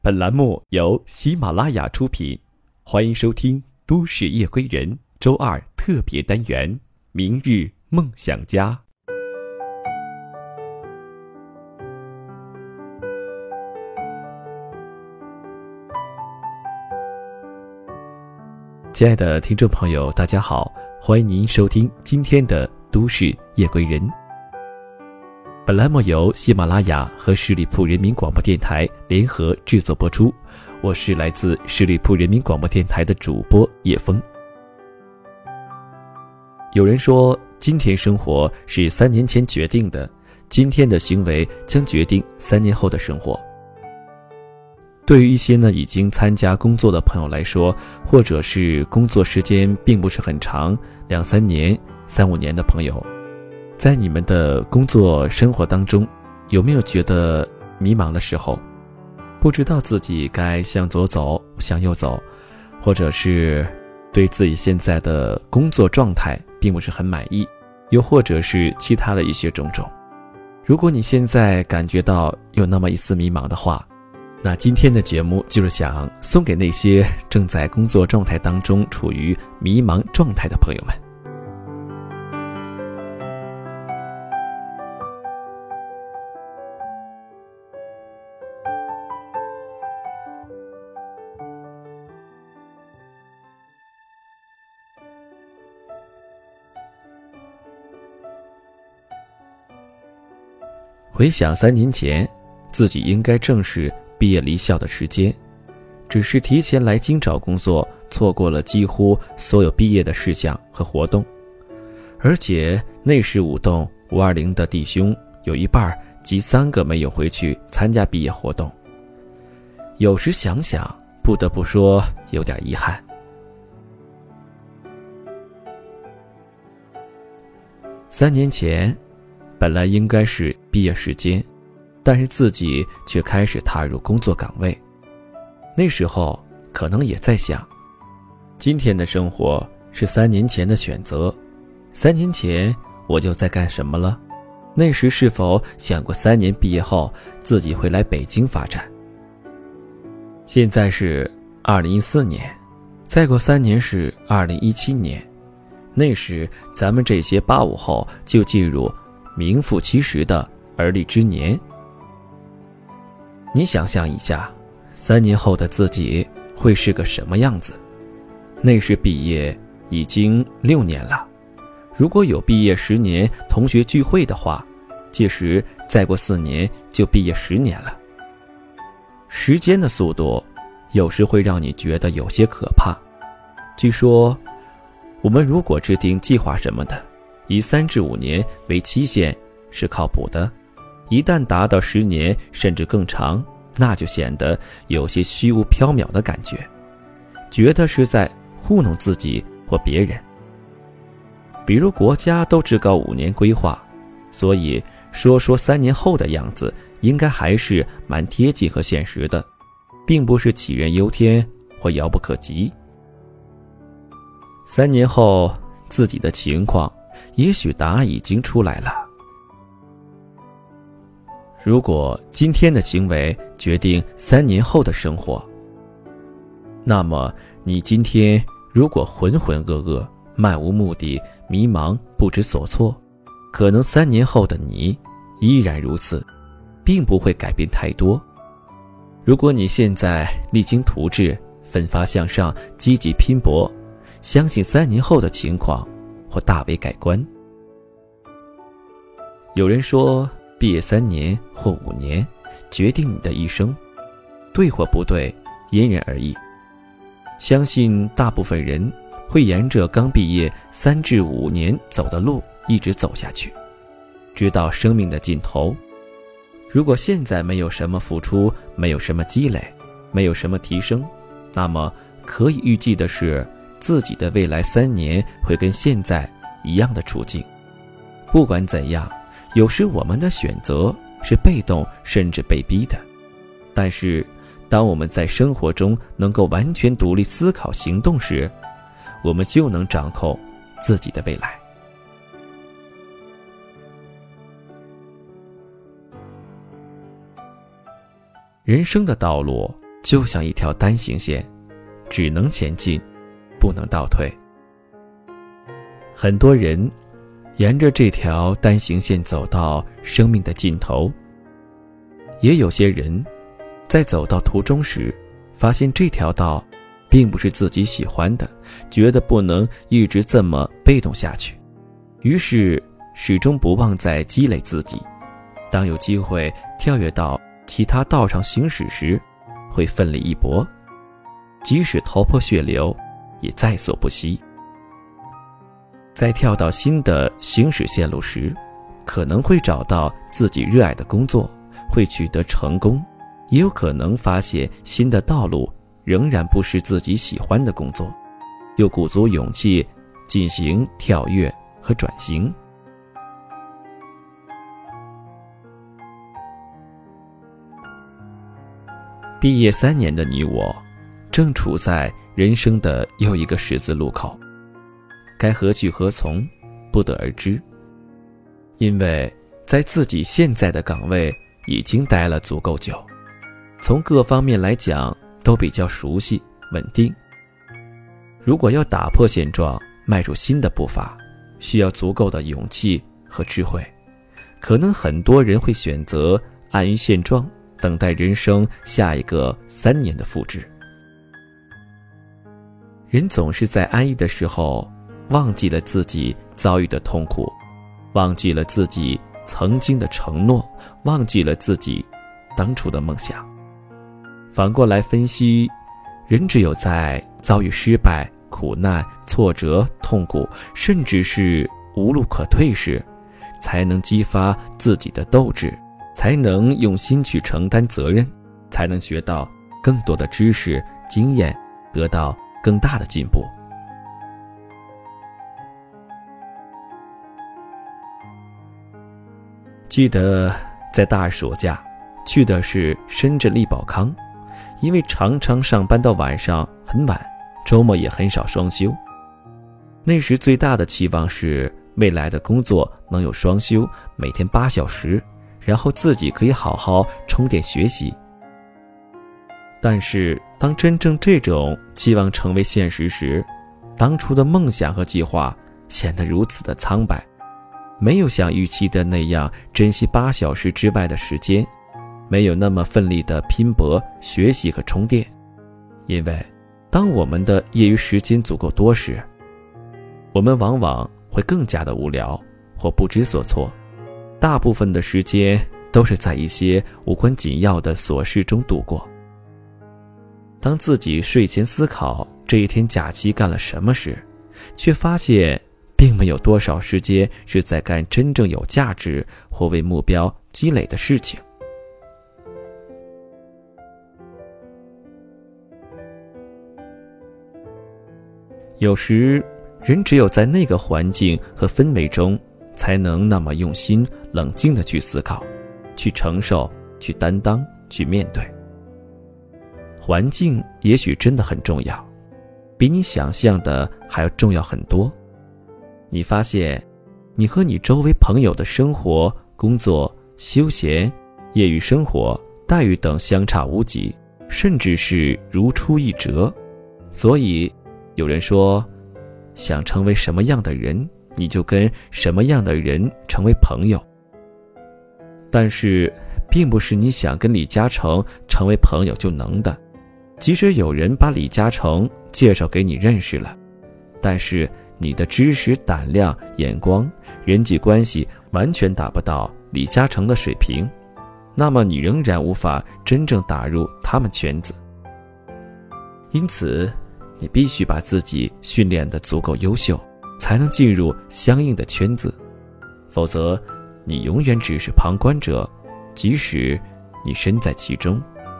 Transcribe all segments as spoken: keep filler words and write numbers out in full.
本栏目由喜马拉雅出品，欢迎收听《都市夜归人》周二特别单元《明日梦想家》。亲爱的听众朋友，大家好，欢迎您收听今天的《都市夜归人》。本栏目由喜马拉雅和十里铺人民广播电台联合制作播出，我是来自十里铺人民广播电台的主播叶峰。有人说，今天生活是三年前决定的，今天的行为将决定三年后的生活。对于一些呢已经参加工作的朋友来说，或者是工作时间并不是很长，两三年、三五年的朋友，在你们的工作生活当中，有没有觉得迷茫的时候，不知道自己该向左走向右走，或者是对自己现在的工作状态并不是很满意，又或者是其他的一些种种。如果你现在感觉到有那么一丝迷茫的话，那今天的节目就是想送给那些正在工作状态当中处于迷茫状态的朋友们。回想三年前，自己应该正是毕业离校的时间，只是提前来京找工作，错过了几乎所有毕业的事项和活动。而且那时五栋五二零的弟兄有一半即三个没有回去参加毕业活动。有时想想，不得不说有点遗憾。三年前本来应该是毕业时间，但是自己却开始踏入工作岗位。那时候可能也在想，今天的生活是三年前的选择，三年前我就在干什么了？那时是否想过三年毕业后自己会来北京发展？现在是二零一四年，再过三年是二零一七年，那时咱们这些八五后就进入名副其实的而立之年。你想象一下，三年后的自己会是个什么样子？那时毕业已经六年了，如果有毕业十年同学聚会的话，届时再过四年就毕业十年了。时间的速度有时会让你觉得有些可怕。据说我们如果制定计划什么的，以三至五年为期限是靠谱的，一旦达到十年甚至更长，那就显得有些虚无缥缈的感觉，觉得是在糊弄自己或别人。比如国家都只搞五年规划，所以说说三年后的样子应该还是蛮贴近和现实的，并不是杞人忧天或遥不可及。三年后自己的情况，也许答案已经出来了。如果今天的行为决定三年后的生活，那么你今天如果浑浑噩噩、漫无目的、迷茫、不知所措，可能三年后的你依然如此，并不会改变太多。如果你现在励精图治、奋发向上、积极拼搏，相信三年后的情况会大为改观。有人说，毕业三年或五年决定你的一生，对或不对因人而异。相信大部分人会沿着刚毕业三至五年走的路一直走下去，直到生命的尽头。如果现在没有什么付出，没有什么积累，没有什么提升，那么可以预计的是，自己的未来三年会跟现在一样的处境。不管怎样，有时我们的选择是被动甚至被逼的，但是当我们在生活中能够完全独立思考行动时，我们就能掌控自己的未来。人生的道路就像一条单行线，只能前进，不能倒退。很多人沿着这条单行线走到生命的尽头，也有些人在走到途中时，发现这条道并不是自己喜欢的，觉得不能一直这么被动下去，于是始终不忘在积累自己。当有机会跳跃到其他道上行驶时，会奋力一搏，即使头破血流也在所不惜。在跳到新的行驶线路时，可能会找到自己热爱的工作，会取得成功，也有可能发现新的道路仍然不是自己喜欢的工作，又鼓足勇气进行跳跃和转型。毕业三年的你我，正处在人生的又一个十字路口，该何去何从，不得而知。因为在自己现在的岗位已经待了足够久，从各方面来讲都比较熟悉稳定。如果要打破现状，迈入新的步伐，需要足够的勇气和智慧。可能很多人会选择安于现状，等待人生下一个三年的复制。人总是在安逸的时候忘记了自己遭遇的痛苦，忘记了自己曾经的承诺，忘记了自己当初的梦想。反过来分析，人只有在遭遇失败、苦难、挫折、痛苦，甚至是无路可退时，才能激发自己的斗志，才能用心去承担责任，才能学到更多的知识、经验，得到更大的进步。记得在大暑假去的是深圳力宝康，因为常常上班到晚上很晚，周末也很少双休。那时最大的期望是未来的工作能有双休，每天八小时，然后自己可以好好充电学习。但是当真正这种期望成为现实时，当初的梦想和计划显得如此的苍白，没有像预期的那样珍惜八小时之外的时间，没有那么奋力的拼搏学习和充电。因为当我们的业余时间足够多时，我们往往会更加的无聊或不知所措，大部分的时间都是在一些无关紧要的琐事中度过。当自己睡前思考这一天假期干了什么时，却发现并没有多少时间是在干真正有价值或为目标积累的事情。有时人只有在那个环境和氛围中，才能那么用心冷静地去思考，去承受，去担当，去面对。环境也许真的很重要，比你想象的还要重要很多。你发现你和你周围朋友的生活、工作、休闲、业余生活、待遇等相差无几，甚至是如出一辙。所以有人说，想成为什么样的人，你就跟什么样的人成为朋友。但是并不是你想跟李嘉诚成为朋友就能的。即使有人把李嘉诚介绍给你认识了，但是你的知识、胆量、眼光、人际关系完全达不到李嘉诚的水平，那么你仍然无法真正打入他们圈子。因此你必须把自己训练得足够优秀，才能进入相应的圈子，否则你永远只是旁观者，即使你身在其中。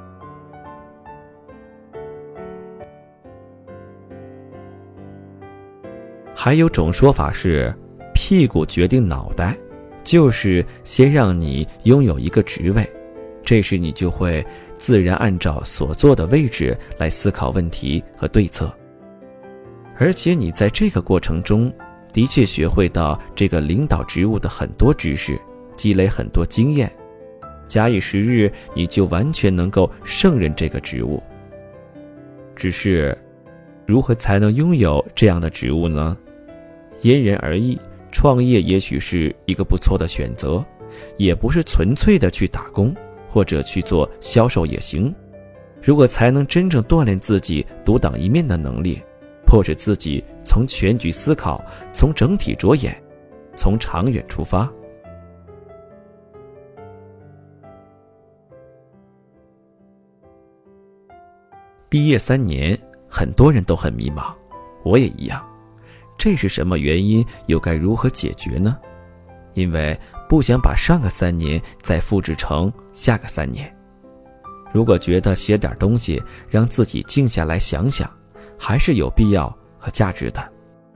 还有种说法是，屁股决定脑袋，就是先让你拥有一个职位，这时你就会自然按照所坐的位置来思考问题和对策。而且你在这个过程中的确学会到这个领导职务的很多知识，积累很多经验， 假以时日，你就完全能够胜任这个职务。只是，如何才能拥有这样的职务呢？因人而异，创业也许是一个不错的选择，也不是纯粹的去打工，或者去做销售也行。如果才能真正锻炼自己独当一面的能力，迫使自己从全局思考，从整体着眼，从长远出发。毕业三年，很多人都很迷茫，我也一样。这是什么原因？又该如何解决呢？因为不想把上个三年再复制成下个三年。如果觉得写点东西让自己静下来想想，还是有必要和价值的。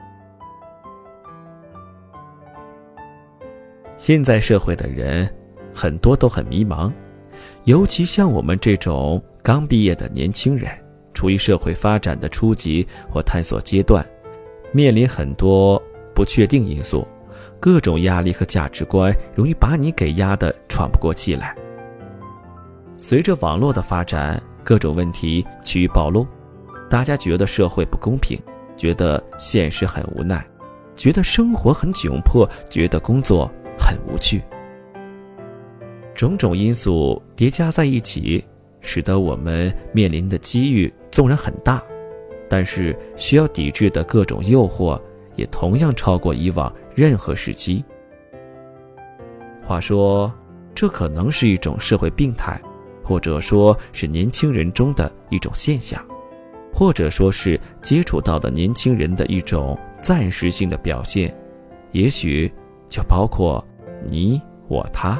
现在社会的人很多都很迷茫，尤其像我们这种刚毕业的年轻人，处于社会发展的初级或探索阶段，面临很多不确定因素，各种压力和价值观容易把你给压得喘不过气来。随着网络的发展，各种问题趋于暴露，大家觉得社会不公平，觉得现实很无奈，觉得生活很窘迫，觉得工作很无趣。种种因素叠加在一起，使得我们面临的机遇纵然很大，但是需要抵制的各种诱惑也同样超过以往任何时期。话说，这可能是一种社会病态，或者说是年轻人中的一种现象，或者说是接触到的年轻人的一种暂时性的表现，也许就包括你我他。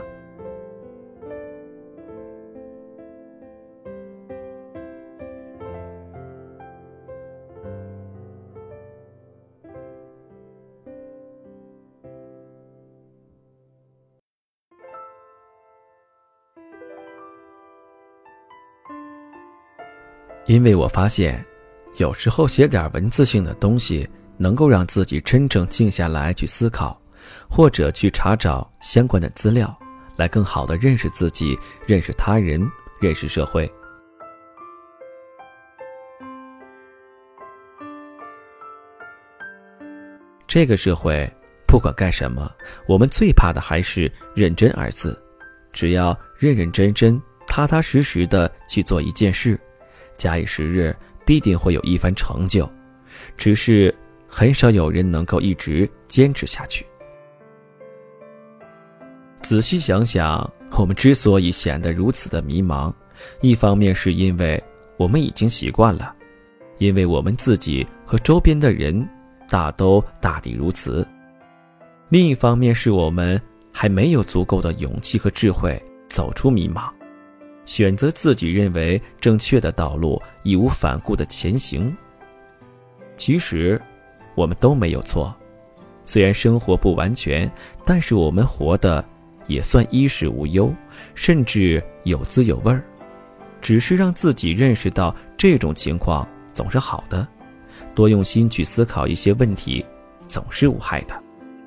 因为我发现，有时候写点文字性的东西，能够让自己真正静下来去思考，或者去查找相关的资料，来更好地认识自己，认识他人，认识社会。这个社会，不管干什么，我们最怕的还是认真二字。只要认认真真、踏踏实实地去做一件事，假以时日，必定会有一番成就，只是很少有人能够一直坚持下去。仔细想想，我们之所以显得如此的迷茫，一方面是因为我们已经习惯了，因为我们自己和周边的人大都大抵如此；另一方面是我们还没有足够的勇气和智慧走出迷茫，选择自己认为正确的道路，义无反顾地前行。其实我们都没有错，虽然生活不完全，但是我们活得也算衣食无忧，甚至有滋有味儿。只是让自己认识到这种情况总是好的，多用心去思考一些问题总是无害的。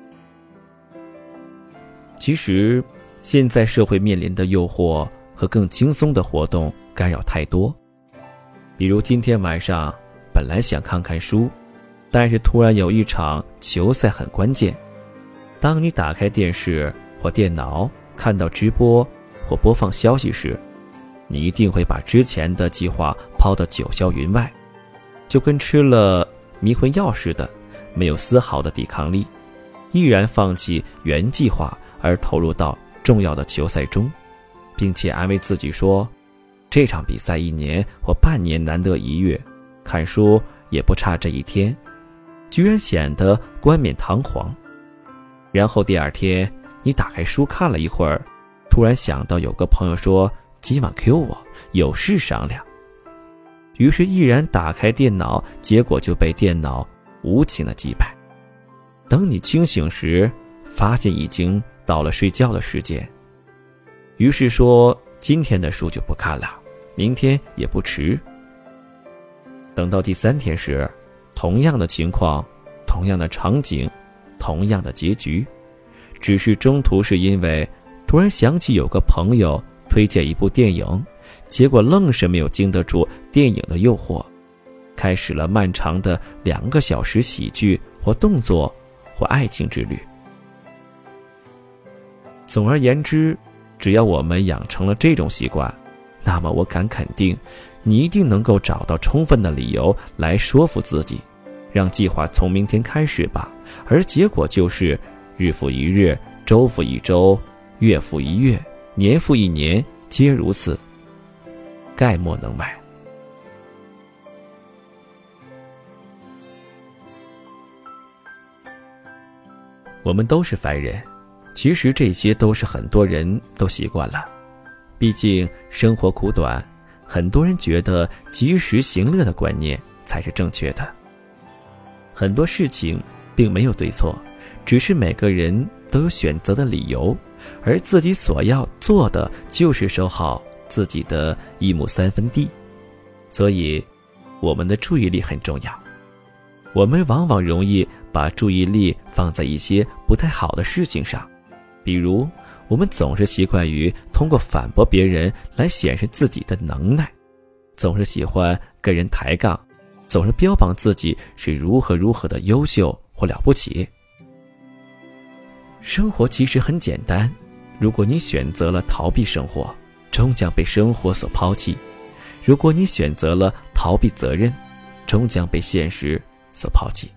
其实现在社会面临的诱惑和更轻松的活动干扰太多，比如今天晚上本来想看看书，但是突然有一场球赛很关键。当你打开电视或电脑看到直播或播放消息时，你一定会把之前的计划抛得九霄云外，就跟吃了迷魂药似的，没有丝毫的抵抗力，毅然放弃原计划而投入到重要的球赛中，并且安慰自己说，这场比赛一年或半年难得一遇，看书也不差这一天，居然显得冠冕堂皇。然后第二天你打开书看了一会儿，突然想到有个朋友说今晚 Q 我，有事商量，于是毅然打开电脑，结果就被电脑无情的击败。等你清醒时，发现已经到了睡觉的时间，于是说今天的书就不看了，明天也不迟。等到第三天时，同样的情况，同样的场景，同样的结局，只是中途是因为突然想起有个朋友推荐一部电影，结果愣是没有经得住电影的诱惑，开始了漫长的两个小时喜剧或动作或爱情之旅。总而言之，只要我们养成了这种习惯，那么我敢肯定，你一定能够找到充分的理由来说服自己，让计划从明天开始吧，而结果就是日复一日，周复一周，月复一月，年复一年，皆如此，概莫能外。我们都是凡人，其实这些都是很多人都习惯了。毕竟生活苦短，很多人觉得及时行乐的观念才是正确的。很多事情并没有对错，只是每个人都有选择的理由，而自己所要做的就是守好自己的一亩三分地。所以我们的注意力很重要，我们往往容易把注意力放在一些不太好的事情上，比如我们总是习惯于通过反驳别人来显示自己的能耐，总是喜欢跟人抬杠，总是标榜自己是如何如何的优秀或了不起。生活其实很简单，如果你选择了逃避生活，终将被生活所抛弃；如果你选择了逃避责任，终将被现实所抛弃。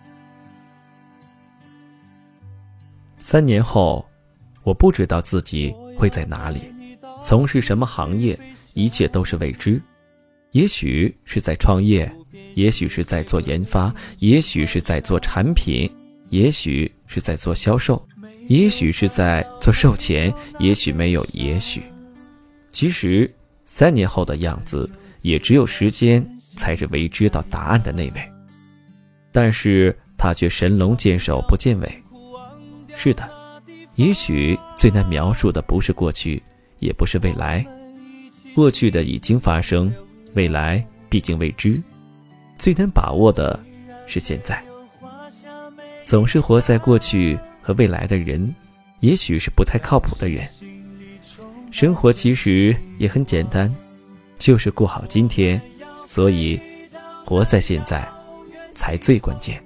三年后，我不知道自己会在哪里，从事什么行业，一切都是未知。也许是在创业，也许是在做研发，也许是在做产品，也许是在做销售，也许是在做售前，也许没有也许。其实三年后的样子，也只有时间才是唯知道答案的那位。但是他却神龙见首不见尾。是的，也许最难描述的不是过去，也不是未来。过去的已经发生，未来毕竟未知，最难把握的是现在。总是活在过去和未来的人，也许是不太靠谱的人。生活其实也很简单，就是过好今天，所以活在现在才最关键。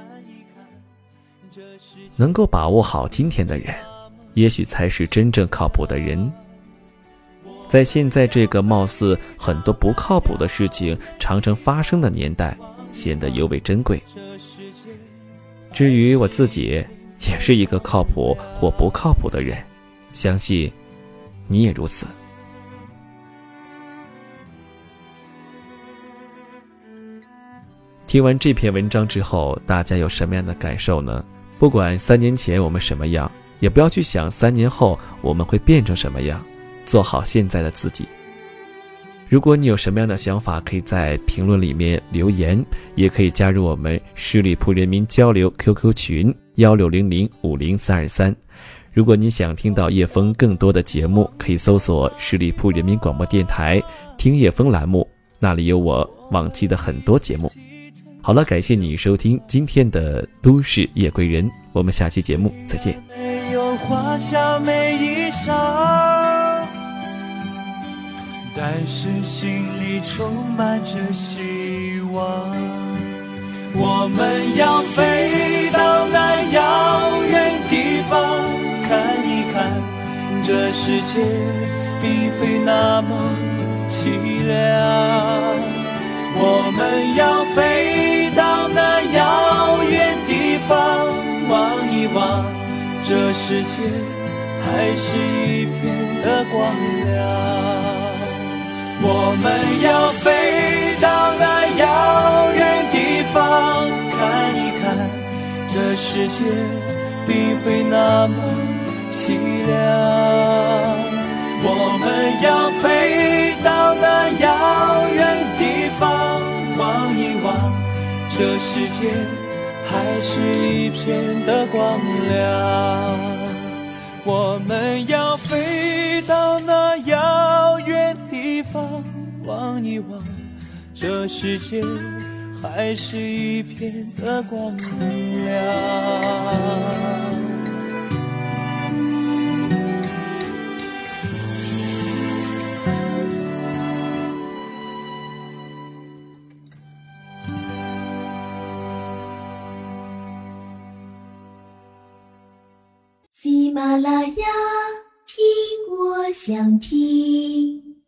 能够把握好今天的人，也许才是真正靠谱的人。在现在这个貌似很多不靠谱的事情常常发生的年代，显得尤为珍贵。至于我自己，也是一个靠谱或不靠谱的人，相信你也如此。听完这篇文章之后，大家有什么样的感受呢？不管三年前我们什么样，也不要去想三年后我们会变成什么样，做好现在的自己。如果你有什么样的想法，可以在评论里面留言，也可以加入我们十里铺人民交流 Q Q 群幺六零零五零三二三。如果你想听到叶枫更多的节目，可以搜索十里铺人民广播电台听叶枫栏目，那里有我往期的很多节目。好了，感谢你收听今天的都市夜归人，我们下期节目再见。 没有华厦美衣裳，但是心里充满着希望。我们要飞到那遥远地方，看一看这世界并非那么凄凉。我们要飞到那遥远地方，望一望这世界还是一片的光亮。我们要飞到那遥远地方，看一看这世界并非那么凄凉。我们要飞到那遥远地方，望一望这世界还是一片的光亮。我们要飞到那遥远地方，望一望这世界还是一片的光亮。 喜马拉雅，听我想听。